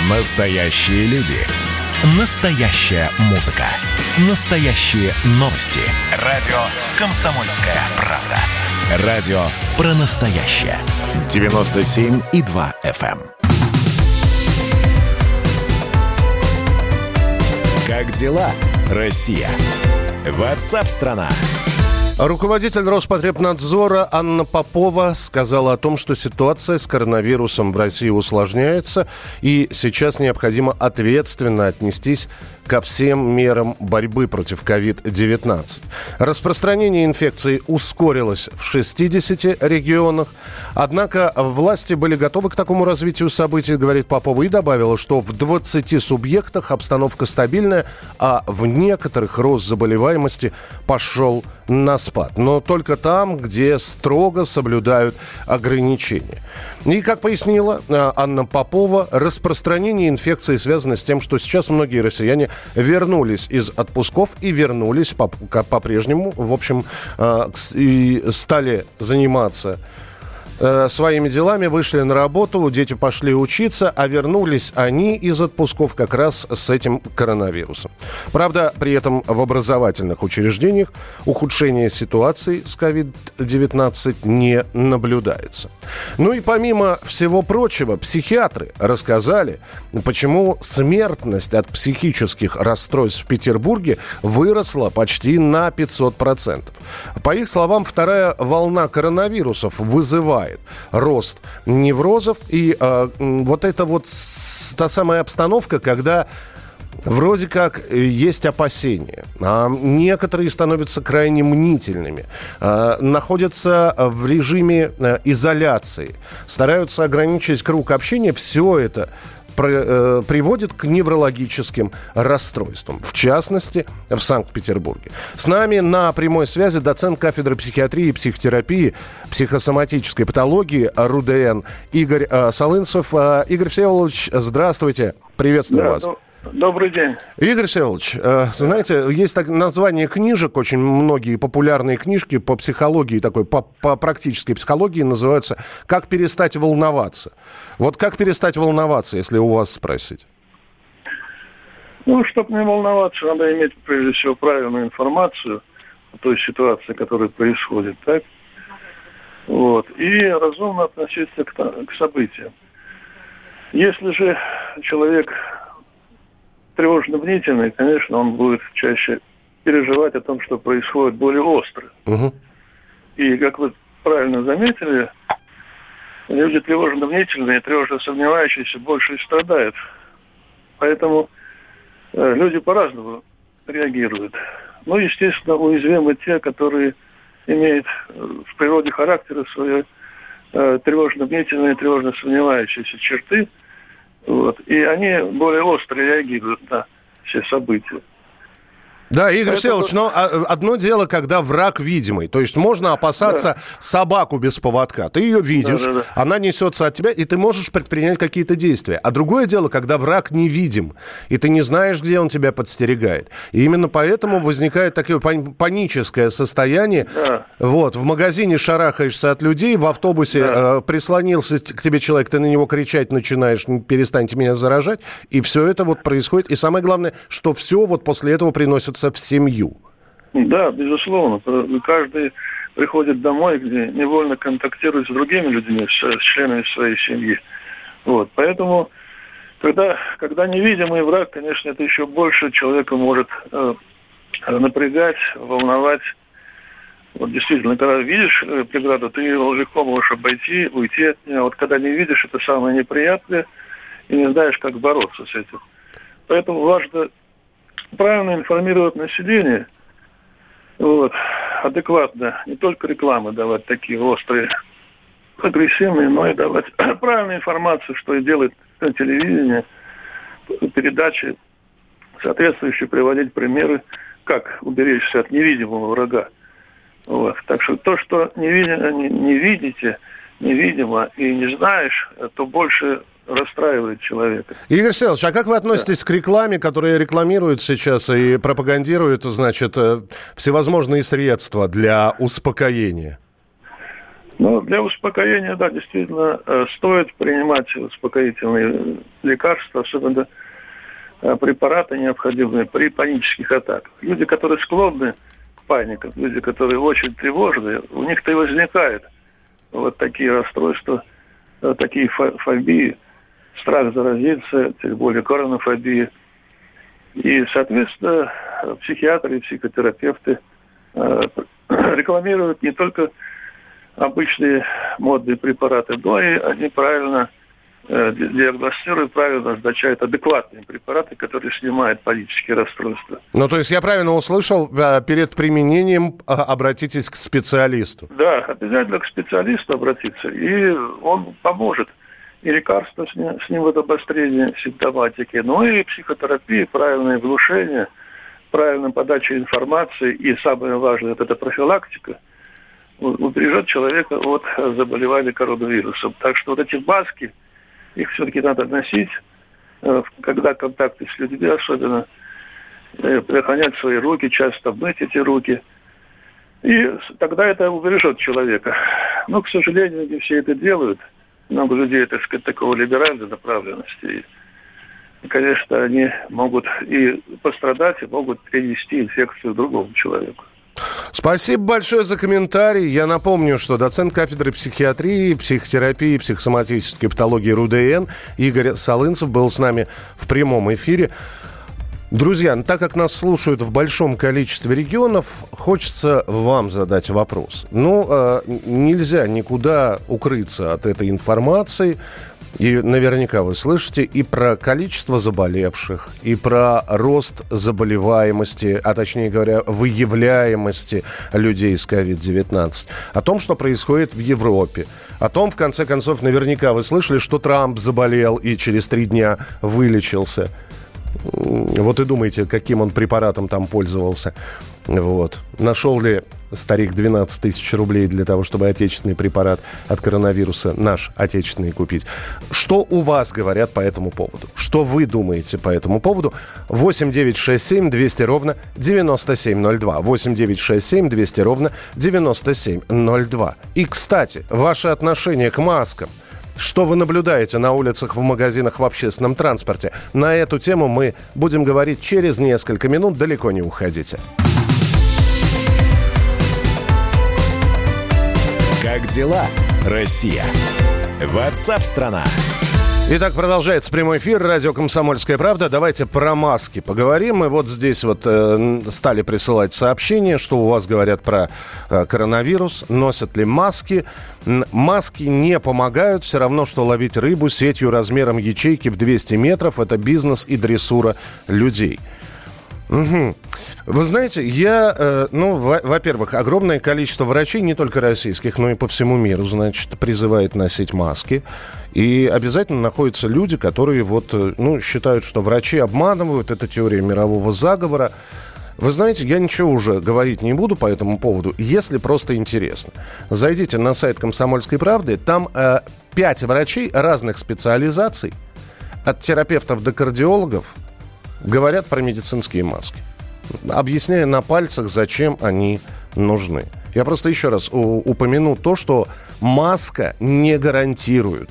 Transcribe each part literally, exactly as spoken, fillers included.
Настоящие люди. Настоящая музыка. Настоящие новости. Радио «Комсомольская правда». Радио про настоящее. девяносто семь и два эф эм. Как дела, Россия? Ватсап-страна! Руководитель Роспотребнадзора Анна Попова сказала о том, что ситуация с коронавирусом в России усложняется, и сейчас необходимо ответственно отнестись ко всем мерам борьбы против ковид девятнадцать. Распространение инфекции ускорилось в шестидесяти регионах, однако власти были готовы к такому развитию событий, говорит Попова, и добавила, что в двадцати субъектах обстановка стабильная, а в некоторых рост заболеваемости пошел на спад. Но только там, где строго соблюдают ограничения. И, как пояснила Анна Попова, распространение инфекции связано с тем, что сейчас многие россияне вернулись из отпусков и вернулись по- по-прежнему, в общем, и стали заниматься своими делами, вышли на работу, дети пошли учиться, а вернулись они из отпусков как раз с этим коронавирусом. Правда, при этом в образовательных учреждениях ухудшения ситуации с ковид девятнадцать не наблюдается. Ну и помимо всего прочего, психиатры рассказали, почему смертность от психических расстройств в Петербурге выросла почти на пятьсот процентов. По их словам, вторая волна коронавирусов вызывает рост неврозов. И э, вот это вот с, та самая обстановка, когда вроде как есть опасения, а некоторые становятся крайне мнительными, а, находятся в режиме а, изоляции, стараются ограничить круг общения. Все это приводит к неврологическим расстройствам, в частности, в Санкт-Петербурге. С нами на прямой связи доцент кафедры психиатрии и психотерапии, психосоматической патологии РУДН Игорь э, Солынцев. Э, Игорь Всеволодович, здравствуйте, приветствую да, вас. Ну... Добрый день. Игорь Всеволодович, э, знаете, есть так, название книжек, очень многие популярные книжки по психологии, такой, по, по практической психологии называются «Как перестать волноваться». Вот как перестать волноваться, если у вас спросить? Ну, чтобы не волноваться, надо иметь, прежде всего, правильную информацию о той ситуации, которая происходит, так? Вот. И разумно относиться к, к событиям. Если же человек тревожно-бдительный, конечно, он будет чаще переживать о том, что происходит более остро. Угу. И, как вы правильно заметили, люди тревожно-бдительные, тревожно-сомневающиеся больше и страдают. Поэтому э, люди по-разному реагируют. Ну, естественно, уязвимы те, которые имеют в природе характера свои э, тревожно-бдительные, тревожно-сомневающиеся черты. Вот. И они более остро реагируют на все события. Да, Игорь Всеволодович, но одно дело, когда враг видимый. То есть можно опасаться да. собаку без поводка. Ты ее видишь, да, да, да. она несется от тебя, и ты можешь предпринять какие-то действия. А другое дело, когда враг невидим, и ты не знаешь, где он тебя подстерегает. И именно поэтому возникает такое паническое состояние. Да. Вот, в магазине шарахаешься от людей, в автобусе да. э, прислонился к тебе человек, ты на него кричать начинаешь, перестаньте меня заражать. И все это вот происходит. И самое главное, что все вот после этого приносит в семью. Да, безусловно. Каждый приходит домой, где невольно контактирует с другими людьми, с членами своей семьи. Вот. Поэтому, когда, когда невидимый враг, конечно, это еще больше человека может э, напрягать, волновать. Вот действительно, когда видишь э, преграду, ты ее легко можешь обойти, уйти от нее. Вот когда не видишь, это самое неприятное, и не знаешь, как бороться с этим. Поэтому важно правильно информировать население, вот, адекватно, не только рекламы давать такие острые, агрессивные, но и давать правильную информацию, что и делает телевидение, передачи, соответствующие приводить примеры, как уберечься от невидимого врага. Вот. Так что то, что не, видно, не, не видите, невидимо и не знаешь, то больше расстраивает человека. Игорь Всеволодович, а как вы относитесь да. к рекламе, которая рекламирует сейчас и пропагандирует, значит, всевозможные средства для успокоения? Ну, для успокоения, да, действительно, стоит принимать успокоительные лекарства, особенно препараты, необходимые при панических атаках. Люди, которые склонны к панике, люди, которые очень тревожные, у них-то и возникает вот такие расстройства, такие фобии, страх заразиться, тем более коронофобия. И, соответственно, психиатры и психотерапевты рекламируют не только обычные модные препараты, но и они правильно э, диагностируют, правильно назначают адекватные препараты, которые снимают панические расстройства. Ну, то есть я правильно услышал, перед применением обратитесь к специалисту? Да, обязательно к специалисту обратиться, и он поможет. И лекарства снимут обострение симптоматики, но и психотерапия, правильное глушение, правильная подача информации и, самое важное, это профилактика, убережет человека от заболевания коронавирусом. Так что вот эти маски, их все-таки надо носить, когда контакты с людьми, особенно предохранять свои руки, часто мыть эти руки. И тогда это убережет человека. Но, к сожалению, не все это делают. Много людей, так сказать, такого либеральной направленности. И, конечно, они могут и пострадать, и могут перенести инфекцию другому человеку. Спасибо большое за комментарий. Я напомню, что доцент кафедры психиатрии, психотерапии и психосоматической патологии РУДН Игорь Солынцев был с нами в прямом эфире. Друзья, так как нас слушают в большом количестве регионов, хочется вам задать вопрос. Ну, э, нельзя никуда укрыться от этой информации. И наверняка вы слышите и про количество заболевших, и про рост заболеваемости, а точнее говоря, выявляемости людей с ковид девятнадцать. О том, что происходит в Европе. О том, в конце концов, наверняка вы слышали, что Трамп заболел и через три дня вылечился. Вот и думаете, каким он препаратом там пользовался. Вот. Нашел ли старик двенадцать тысяч рублей для того, чтобы отечественный препарат от коронавируса, наш отечественный, купить? Что у вас говорят по этому поводу? Что вы думаете по этому поводу? восемь девятьсот шестьдесят семь двести ровно девяносто семь ноль два. восемь девятьсот шестьдесят семь двести ровно девяносто семь ноль два. И, кстати, ваше отношение к маскам. Что вы наблюдаете на улицах, в магазинах, в общественном транспорте? На эту тему мы будем говорить через несколько минут. Далеко не уходите. Как дела, Россия? Ватсап-страна! Итак, продолжается прямой эфир. Радио «Комсомольская правда». Давайте про маски поговорим. И вот здесь вот э, стали присылать сообщения, что у вас говорят про э, коронавирус. Носят ли маски? Маски не помогают. Все равно, что ловить рыбу сетью размером ячейки в двести метров. Это бизнес и дрессура людей. Угу. Вы знаете, я, э, ну, во- во-первых, огромное количество врачей, не только российских, но и по всему миру, значит, призывает носить маски. И обязательно находятся люди, которые вот, ну, считают, что врачи обманывают. Это теория мирового заговора. Вы знаете, я ничего уже говорить не буду по этому поводу, если просто интересно. Зайдите на сайт «Комсомольской правды», там э, пять врачей разных специализаций, от терапевтов до кардиологов, говорят про медицинские маски, объясняя на пальцах, зачем они нужны. Я просто еще раз у- упомяну то, что маска не гарантирует,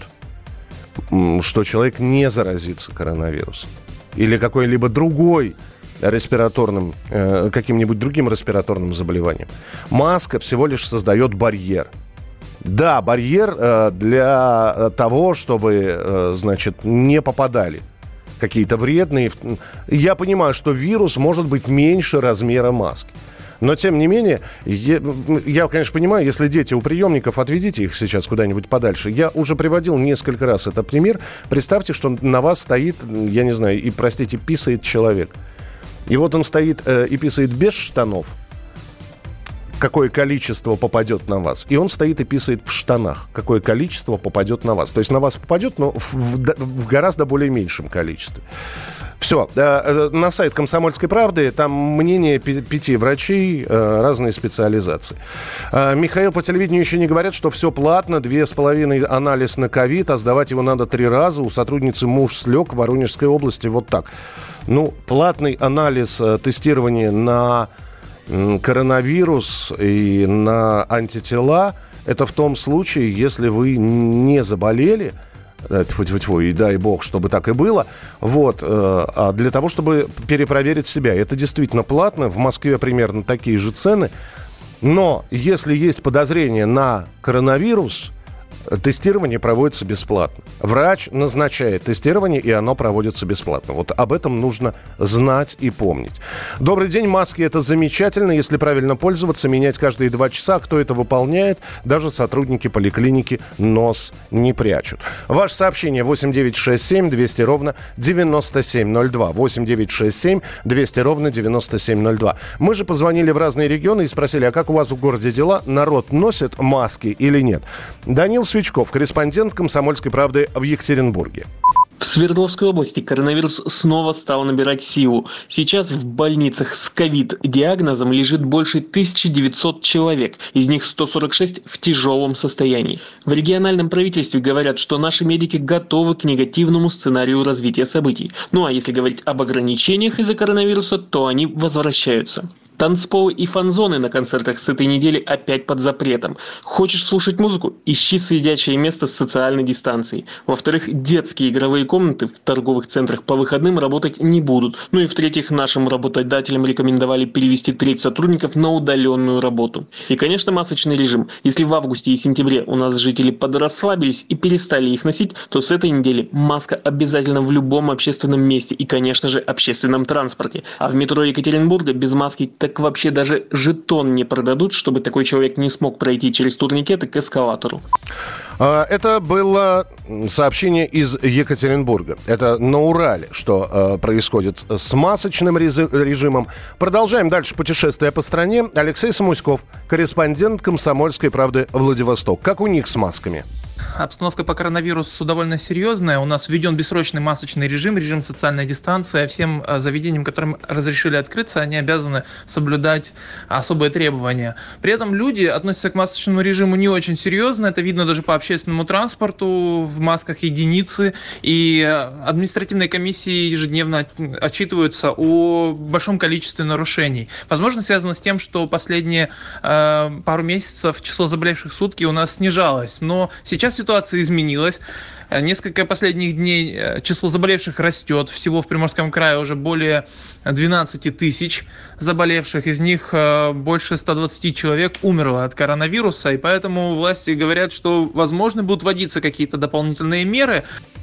что человек не заразится коронавирусом или какой-либо другой респираторным, э, каким-нибудь другим респираторным заболеванием. Маска всего лишь создает барьер. Да, барьер э, для того, чтобы, э, значит, не попадали какие-то вредные. Я понимаю, что вирус может быть меньше размера маски. Но, тем не менее, я, я, конечно, понимаю, если дети у приемников, отведите их сейчас куда-нибудь подальше. Я уже приводил несколько раз этот пример. Представьте, что на вас стоит, я не знаю, и, простите, писает человек. И вот он стоит э, и писает без штанов. Какое количество попадет на вас. И он стоит и писает в штанах. Какое количество попадет на вас. То есть на вас попадет, но в, в, в гораздо более меньшем количестве. Все. Э, на сайт «Комсомольской правды» там мнение пи- пяти врачей э, разной специализации. Э, Михаил, по телевидению еще не говорят, что все платно. Две с половиной анализ на ковид, а сдавать его надо три раза. У сотрудницы муж слег в Воронежской области. Вот так. Ну, платный анализ э, тестирования на коронавирус и на антитела, это в том случае, если вы не заболели, тьфу-тьфу-тьфу, и дай бог, чтобы так и было, вот, а для того, чтобы перепроверить себя. Это действительно платно, в Москве примерно такие же цены, но если есть подозрение на коронавирус, тестирование проводится бесплатно. Врач назначает тестирование, и оно проводится бесплатно. Вот об этом нужно знать и помнить. Добрый день, маски – это замечательно, если правильно пользоваться, менять каждые два часа. Кто это выполняет? Даже сотрудники поликлиники нос не прячут. Ваше сообщение восемь девятьсот шестьдесят семь двести ровно девяносто семь ноль два. восемь девятьсот шестьдесят семь двести ровно девяносто семь ноль два. Мы же позвонили в разные регионы и спросили, а как у вас в городе дела? Народ носит маски или нет? Данил Свечков, корреспондент «Комсомольской правды» в Екатеринбурге. В Свердловской области коронавирус снова стал набирать силу. Сейчас в больницах с ковид-диагнозом лежит больше тысяча девятьсот человек, из них сто сорок шесть в тяжелом состоянии. В региональном правительстве говорят, что наши медики готовы к негативному сценарию развития событий. Ну а если говорить об ограничениях из-за коронавируса, то они возвращаются. Танцполы и фан-зоны на концертах с этой недели опять под запретом. Хочешь слушать музыку? Ищи сидячее место с социальной дистанцией. Во-вторых, детские игровые комнаты в торговых центрах по выходным работать не будут. Ну и в-третьих, нашим работодателям рекомендовали перевести треть сотрудников на удаленную работу. И, конечно, масочный режим. Если в августе и сентябре у нас жители подрасслабились и перестали их носить, то с этой недели маска обязательно в любом общественном месте и, конечно же, общественном транспорте. А в метро Екатеринбурга без маски так вообще даже жетон не продадут, чтобы такой человек не смог пройти через турникеты к эскалатору. Это было сообщение из Екатеринбурга. Это на Урале, что э, происходит с масочным режимом. Продолжаем дальше путешествие по стране. Алексей Самуськов, корреспондент «Комсомольской правды» Владивосток. Как у них с масками? Обстановка по коронавирусу довольно серьезная. У нас введен бессрочный масочный режим, режим социальной дистанции. А всем заведениям, которым разрешили открыться, они обязаны соблюдать особые требования. При этом люди относятся к масочному режиму не очень серьезно. Это видно даже по общественному транспорту. В масках единицы. И административные комиссии ежедневно отчитываются о большом количестве нарушений. Возможно, связано с тем, что последние э, пару месяцев число заболевших в сутки у нас снижалось. Но сейчас ситуация изменилась. Несколько последних дней число заболевших растет. Всего в Приморском крае уже более двенадцать тысяч заболевших. Из них больше ста двадцати человек умерло от коронавируса. И поэтому власти говорят, что, возможно, будут вводиться какие-то дополнительные меры.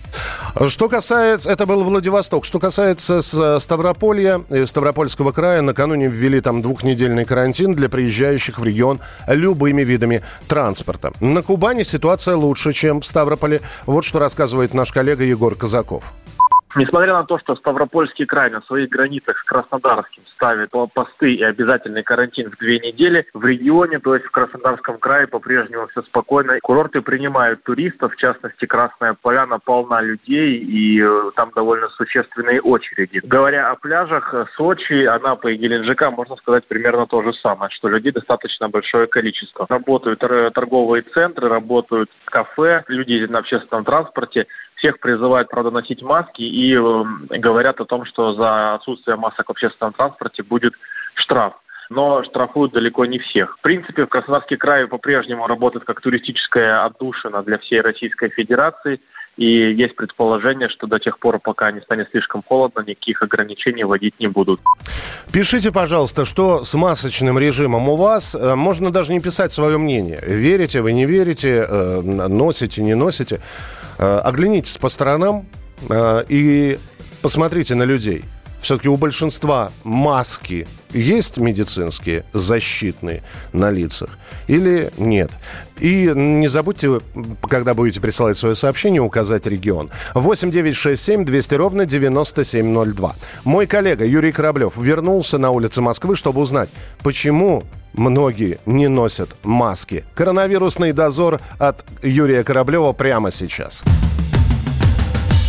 Что касается... Это был Владивосток. Что касается Ставрополья, Ставропольского края, накануне ввели там двухнедельный карантин для приезжающих в регион любыми видами транспорта. На Кубани ситуация лучше, чем в Ставрополе. Вот что рассказывает наш коллега Егор Казаков. Несмотря на то, что Ставропольский край на своих границах с Краснодарским ставит посты и обязательный карантин в две недели, в регионе, то есть в Краснодарском крае, по-прежнему все спокойно. Курорты принимают туристов, в частности, Красная Поляна полна людей, и там довольно существенные очереди. Говоря о пляжах, Сочи, Анапа и Геленджика, можно сказать примерно то же самое, что людей достаточно большое количество. Работают торговые центры, работают кафе, люди на общественном транспорте. Всех призывают, правда, носить маски и э, говорят о том, что за отсутствие масок в общественном транспорте будет штраф. Но штрафуют далеко не всех. В принципе, в Краснодарский край по-прежнему работает как туристическая отдушина для всей Российской Федерации. И есть предположение, что до тех пор, пока не станет слишком холодно, никаких ограничений вводить не будут. Пишите, пожалуйста, что с масочным режимом у вас. Можно даже не писать свое мнение. Верите вы, не верите, носите, не носите. Оглянитесь по сторонам и посмотрите на людей. Все-таки у большинства маски есть медицинские, защитные на лицах или нет? И не забудьте, когда будете присылать свое сообщение, указать регион. восемь девятьсот шестьдесят семь двести ровно девяносто семь ноль два. Мой коллега Юрий Кораблев вернулся на улицы Москвы, чтобы узнать, почему многие не носят маски. Коронавирусный дозор от Юрия Кораблева прямо сейчас.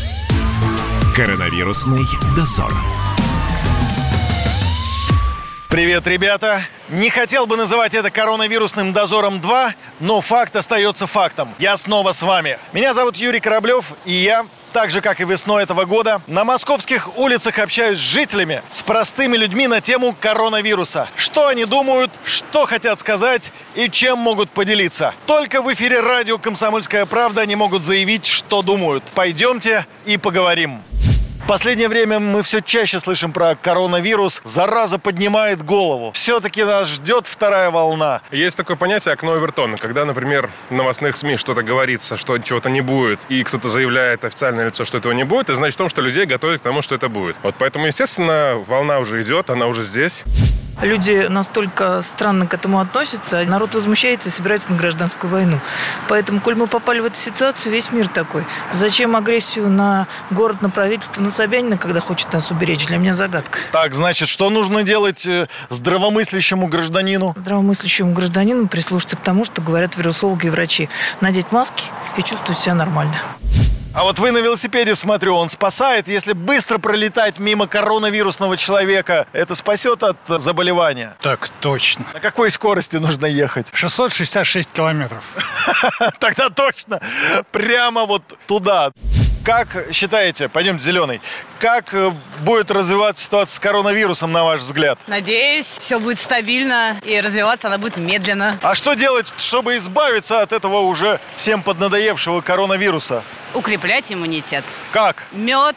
Коронавирусный дозор. Привет, ребята! Не хотел бы называть это коронавирусным дозором два, но факт остается фактом. Я снова с вами. Меня зовут Юрий Кораблев, и я, так же, как и весной этого года, на московских улицах общаюсь с жителями, с простыми людьми на тему коронавируса. Что они думают, что хотят сказать и чем могут поделиться. Только в эфире радио «Комсомольская правда» они могут заявить, что думают. Пойдемте и поговорим. В последнее время мы все чаще слышим про коронавирус. Зараза поднимает голову. Все-таки нас ждет вторая волна. Есть такое понятие «окно Овертона», когда, например, в новостных СМИ что-то говорится, что чего-то не будет, и кто-то заявляет официальное лицо, что этого не будет, это значит в том, что людей готовят к тому, что это будет. Вот поэтому, естественно, волна уже идет, она уже здесь. Люди настолько странно к этому относятся, народ возмущается и собирается на гражданскую войну. Поэтому, коль мы попали в эту ситуацию, весь мир такой. Зачем агрессию на город, на правительство, на Собянина, когда хочет нас уберечь? Для меня загадка. Так, значит, что нужно делать здравомыслящему гражданину? Здравомыслящему гражданину прислушаться к тому, что говорят вирусологи и врачи. Надеть маски и чувствовать себя нормально. А вот вы на велосипеде, смотрю, он спасает. Если быстро пролетать мимо коронавирусного человека, это спасет от заболевания? Так точно. На какой скорости нужно ехать? шестьсот шестьдесят шесть километров. Тогда точно. Прямо вот туда. Как считаете, пойдемте, Зеленый, как будет развиваться ситуация с коронавирусом, на ваш взгляд? Надеюсь, все будет стабильно и развиваться она будет медленно. А что делать, чтобы избавиться от этого уже всем поднадоевшего коронавируса? Укреплять иммунитет. Как? Мед,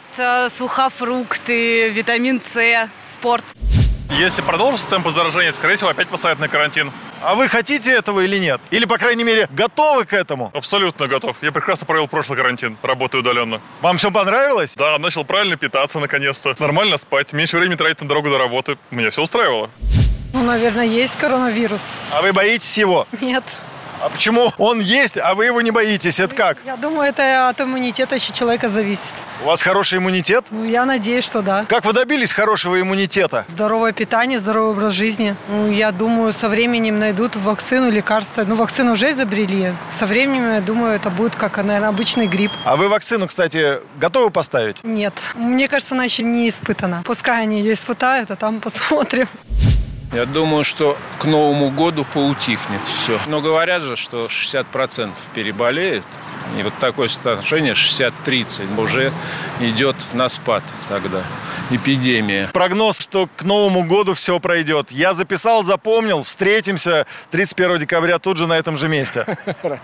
сухофрукты, витамин С, спорт. Если продолжится темп заражения, скорее всего, опять посадят на карантин. А вы хотите этого или нет? Или, по крайней мере, готовы к этому? Абсолютно готов. Я прекрасно провел прошлый карантин, работаю удаленно. Вам все понравилось? Да, начал правильно питаться наконец-то. Нормально спать, меньше времени тратить на дорогу до работы. Меня все устраивало. Ну, наверное, есть коронавирус. А вы боитесь его? Нет. А почему он есть, а вы его не боитесь? Это как? Я думаю, это от иммунитета еще человека зависит. У вас хороший иммунитет? Ну, я надеюсь, что да. Как вы добились хорошего иммунитета? Здоровое питание, здоровый образ жизни. Ну, я думаю, со временем найдут вакцину, лекарства. Ну, вакцину уже изобрели. Со временем, я думаю, это будет как, наверное, обычный грипп. А вы вакцину, кстати, готовы поставить? Нет. Мне кажется, она еще не испытана. Пускай они ее испытают, а там посмотрим. Я думаю, что к Новому году поутихнет все. Но говорят же, что шестьдесят процентов переболеют. И вот такое соотношение шестьдесят тридцать уже идет на спад тогда. Эпидемия. Прогноз, что к Новому году все пройдет. Я записал, запомнил. Встретимся тридцать первого декабря тут же на этом же месте. Хорошо.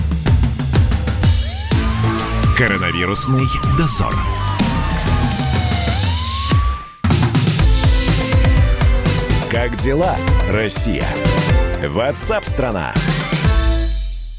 Коронавирусный дозор. Как дела, Россия? WhatsApp страна.